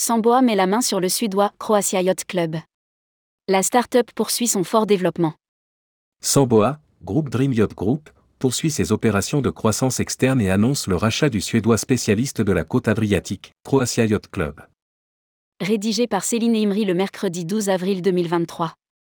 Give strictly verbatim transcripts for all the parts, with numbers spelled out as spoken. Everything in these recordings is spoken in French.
Samboa met la main sur le suédois Croatia Yacht Club. La start-up poursuit son fort développement. Samboa, groupe Dream Yacht Group, poursuit ses opérations de croissance externe et annonce le rachat du suédois spécialiste de la côte adriatique, Croatia Yacht Club. Rédigé par Céline Imri le mercredi douze avril deux mille vingt-trois.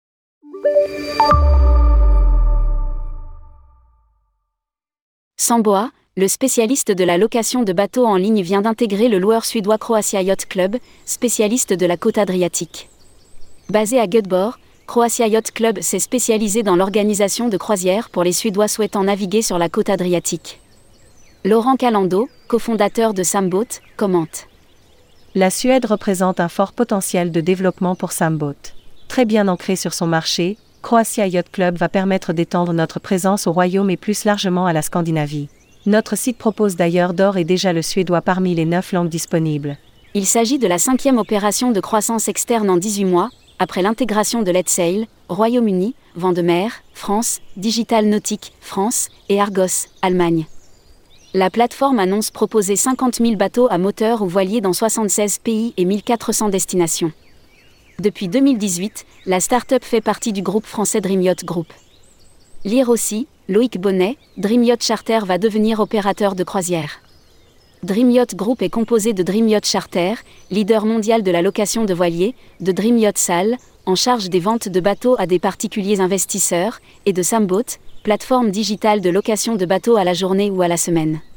Samboa, le spécialiste de la location de bateaux en ligne, vient d'intégrer le loueur suédois Croatia Yacht Club, spécialiste de la côte adriatique. Basé à Göteborg, Croatia Yacht Club s'est spécialisé dans l'organisation de croisières pour les Suédois souhaitant naviguer sur la côte adriatique. Laurent Calando, cofondateur de Samboat, commente. La Suède représente un fort potentiel de développement pour Samboat. Très bien ancré sur son marché, Croatia Yacht Club va permettre d'étendre notre présence au Royaume et plus largement à la Scandinavie. Notre site propose d'ailleurs d'ores et déjà le suédois parmi les neuf langues disponibles. Il s'agit de la cinquième opération de croissance externe en dix-huit mois, après l'intégration de Let's Sail, Royaume-Uni, Vent de Mer, France, Digital Nautique, France, et Argos, Allemagne. La plateforme annonce proposer cinquante mille bateaux à moteur ou voilier dans soixante-seize pays et mille quatre cents destinations. Depuis deux mille dix-huit, la start-up fait partie du groupe français Dream Yacht Group. Lire aussi, Loïc Bonnet, Dream Yacht Charter va devenir opérateur de croisière. Dream Yacht Group est composé de Dream Yacht Charter, leader mondial de la location de voiliers, de Dream Yacht Sail, en charge des ventes de bateaux à des particuliers investisseurs, et de Samboat, plateforme digitale de location de bateaux à la journée ou à la semaine.